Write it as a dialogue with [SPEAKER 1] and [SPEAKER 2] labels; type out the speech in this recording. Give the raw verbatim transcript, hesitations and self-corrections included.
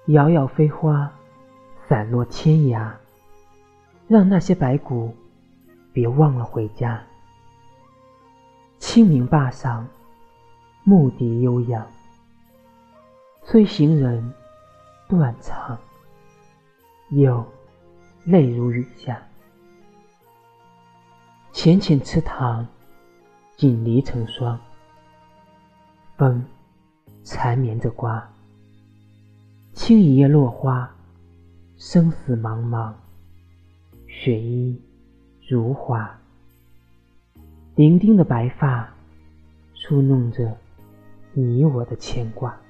[SPEAKER 1] 摇摇飞花，散落天涯，让那些白骨别忘了回家。清明坝上，牧笛悠扬，催行人断肠，又泪如雨下。浅浅池塘，锦离成霜，风缠绵着刮。轻一叶落花，生死茫茫，雪衣如花。伶仃的白发，触弄着你我的牵挂。